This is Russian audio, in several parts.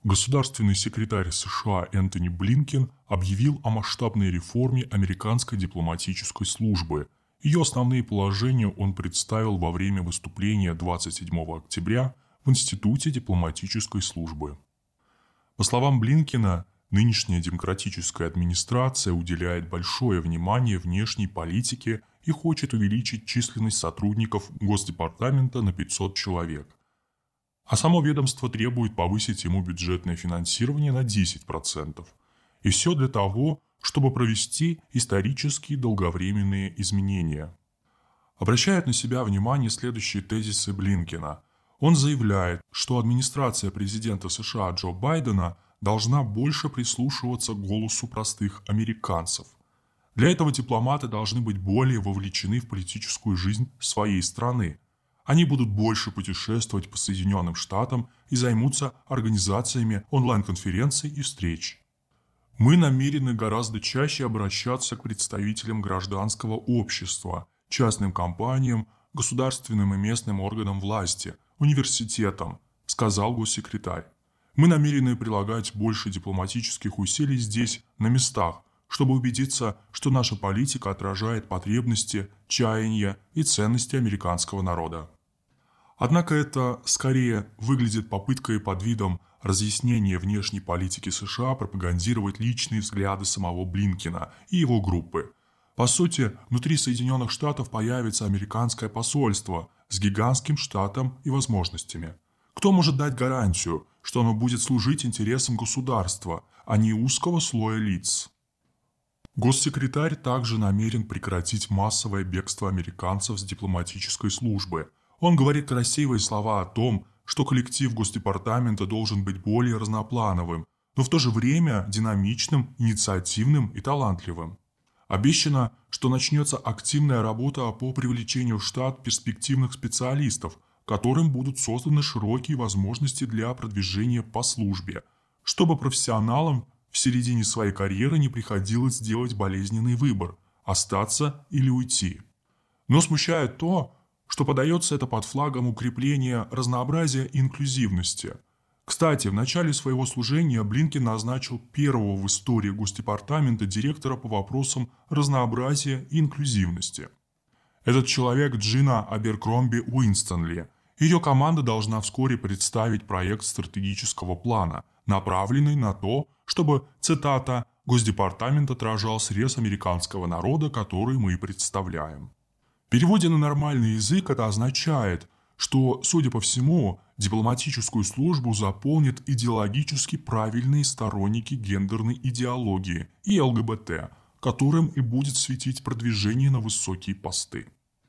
Государственный секретарь США Энтони Блинкен объявил о масштабной реформе американской дипломатической службы. Ее основные положения он представил во время выступления 27 октября в Институте дипломатической службы. По словам Блинкена, нынешняя демократическая администрация уделяет большое внимание внешней политике и хочет увеличить численность сотрудников Госдепартамента на 500 человек. А само ведомство требует повысить ему бюджетное финансирование на 10%. И все для того, чтобы провести исторические долговременные изменения. Обращают на себя внимание следующие тезисы Блинкена. Он заявляет, что администрация президента США Джо Байдена должна больше прислушиваться к голосу простых американцев. Для этого дипломаты должны быть более вовлечены в политическую жизнь своей страны. Они будут больше путешествовать по Соединенным Штатам и займутся организациями онлайн-конференций и встреч. Мы намерены гораздо чаще обращаться к представителям гражданского общества, частным компаниям, государственным и местным органам власти, университетам, сказал госсекретарь. Мы намерены прилагать больше дипломатических усилий здесь, на местах, чтобы убедиться, что наша политика отражает потребности, чаяния и ценности американского народа. Однако это скорее выглядит попыткой под видом разъяснения внешней политики США пропагандировать личные взгляды самого Блинкена и его группы. По сути, внутри Соединенных Штатов появится американское посольство с гигантским штатом и возможностями. Кто может дать гарантию, что оно будет служить интересам государства, а не узкого слоя лиц? Госсекретарь также намерен прекратить массовое бегство американцев с дипломатической службы. Он говорит красивые слова о том, что коллектив Госдепартамента должен быть более разноплановым, но в то же время динамичным, инициативным и талантливым. Обещано, что начнется активная работа по привлечению в штат перспективных специалистов, которым будут созданы широкие возможности для продвижения по службе, чтобы профессионалам в середине своей карьеры не приходилось делать болезненный выбор – остаться или уйти. Но смущает то, что подается это под флагом укрепления разнообразия и инклюзивности. Кстати, в начале своего служения Блинкен назначил первого в истории Госдепартамента директора по вопросам разнообразия и инклюзивности. Этот человек Джина Аберкромби Уинстонли. Ее команда должна вскоре представить проект стратегического плана, направленный на то, чтобы, цитата, «Госдепартамент отражал срез американского народа, который мы представляем». В переводе на нормальный язык это означает, что, судя по всему, дипломатическую службу заполнят идеологически правильные сторонники гендерной идеологии и ЛГБТ, которым и будет светить продвижение на высокие посты.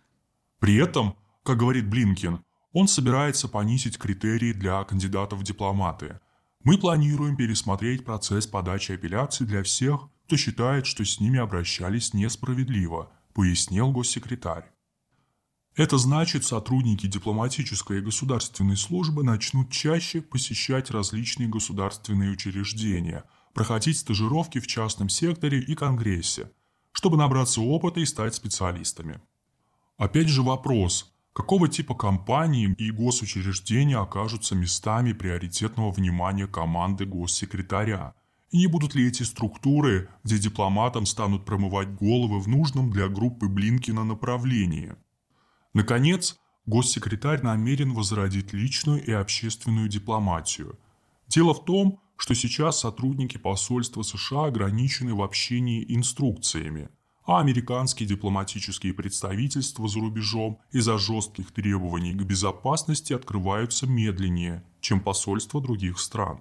При этом, как говорит Блинкен, он собирается понизить критерии для кандидатов в дипломаты. Мы планируем пересмотреть процесс подачи апелляций для всех, кто считает, что с ними обращались несправедливо, пояснил госсекретарь. Это значит, сотрудники дипломатической и государственной службы начнут чаще посещать различные государственные учреждения, проходить стажировки в частном секторе и Конгрессе, чтобы набраться опыта и стать специалистами. Опять же вопрос, какого типа компании и госучреждения окажутся местами приоритетного внимания команды госсекретаря? И не будут ли эти структуры, где дипломатам станут промывать головы в нужном для группы Блинкена направлении? Наконец, госсекретарь намерен возродить личную и общественную дипломатию. Дело в том, что сейчас сотрудники посольства США ограничены в общении инструкциями, а американские дипломатические представительства за рубежом из-за жестких требований к безопасности открываются медленнее, чем посольства других стран.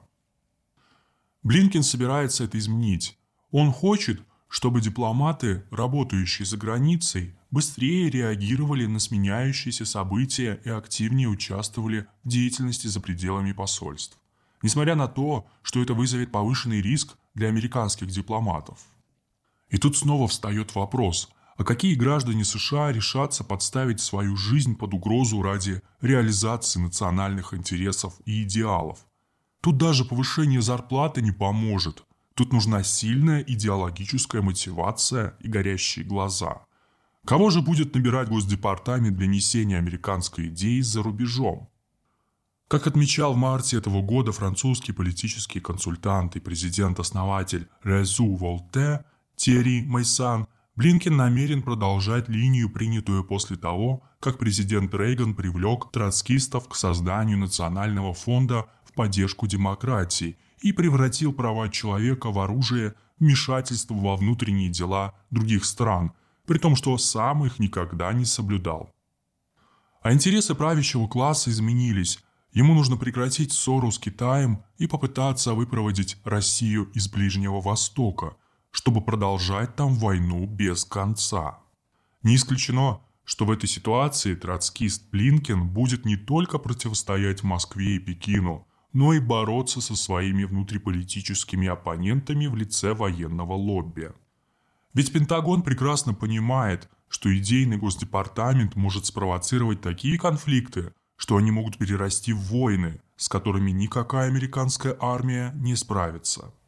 Блинкен собирается это изменить. Он хочет, чтобы дипломаты, работающие за границей, быстрее реагировали на сменяющиеся события и активнее участвовали в деятельности за пределами посольств. Несмотря на то, что это вызовет повышенный риск для американских дипломатов. И тут снова встает вопрос, а какие граждане США решатся подставить свою жизнь под угрозу ради реализации национальных интересов и идеалов? Тут даже повышение зарплаты не поможет. Тут нужна сильная идеологическая мотивация и горящие глаза. Кого же будет набирать Госдепартамент для несения американской идеи за рубежом? Как отмечал в марте этого года французский политический консультант и президент-основатель Réseau Voltaire Тьерри Мейсан, Блинкен намерен продолжать линию, принятую после того, как президент Рейган привлек троцкистов к созданию Национального фонда в поддержку демократии и превратил права человека в оружие вмешательства во внутренние дела других стран, при том, что сам их никогда не соблюдал. А интересы правящего класса изменились. Ему нужно прекратить ссору с Китаем и попытаться выпроводить Россию из Ближнего Востока, чтобы продолжать там войну без конца. Не исключено, что в этой ситуации троцкист Блинкен будет не только противостоять Москве и Пекину, но и бороться со своими внутриполитическими оппонентами в лице военного лобби. Ведь Пентагон прекрасно понимает, что идейный Госдепартамент может спровоцировать такие конфликты, что они могут перерасти в войны, с которыми никакая американская армия не справится.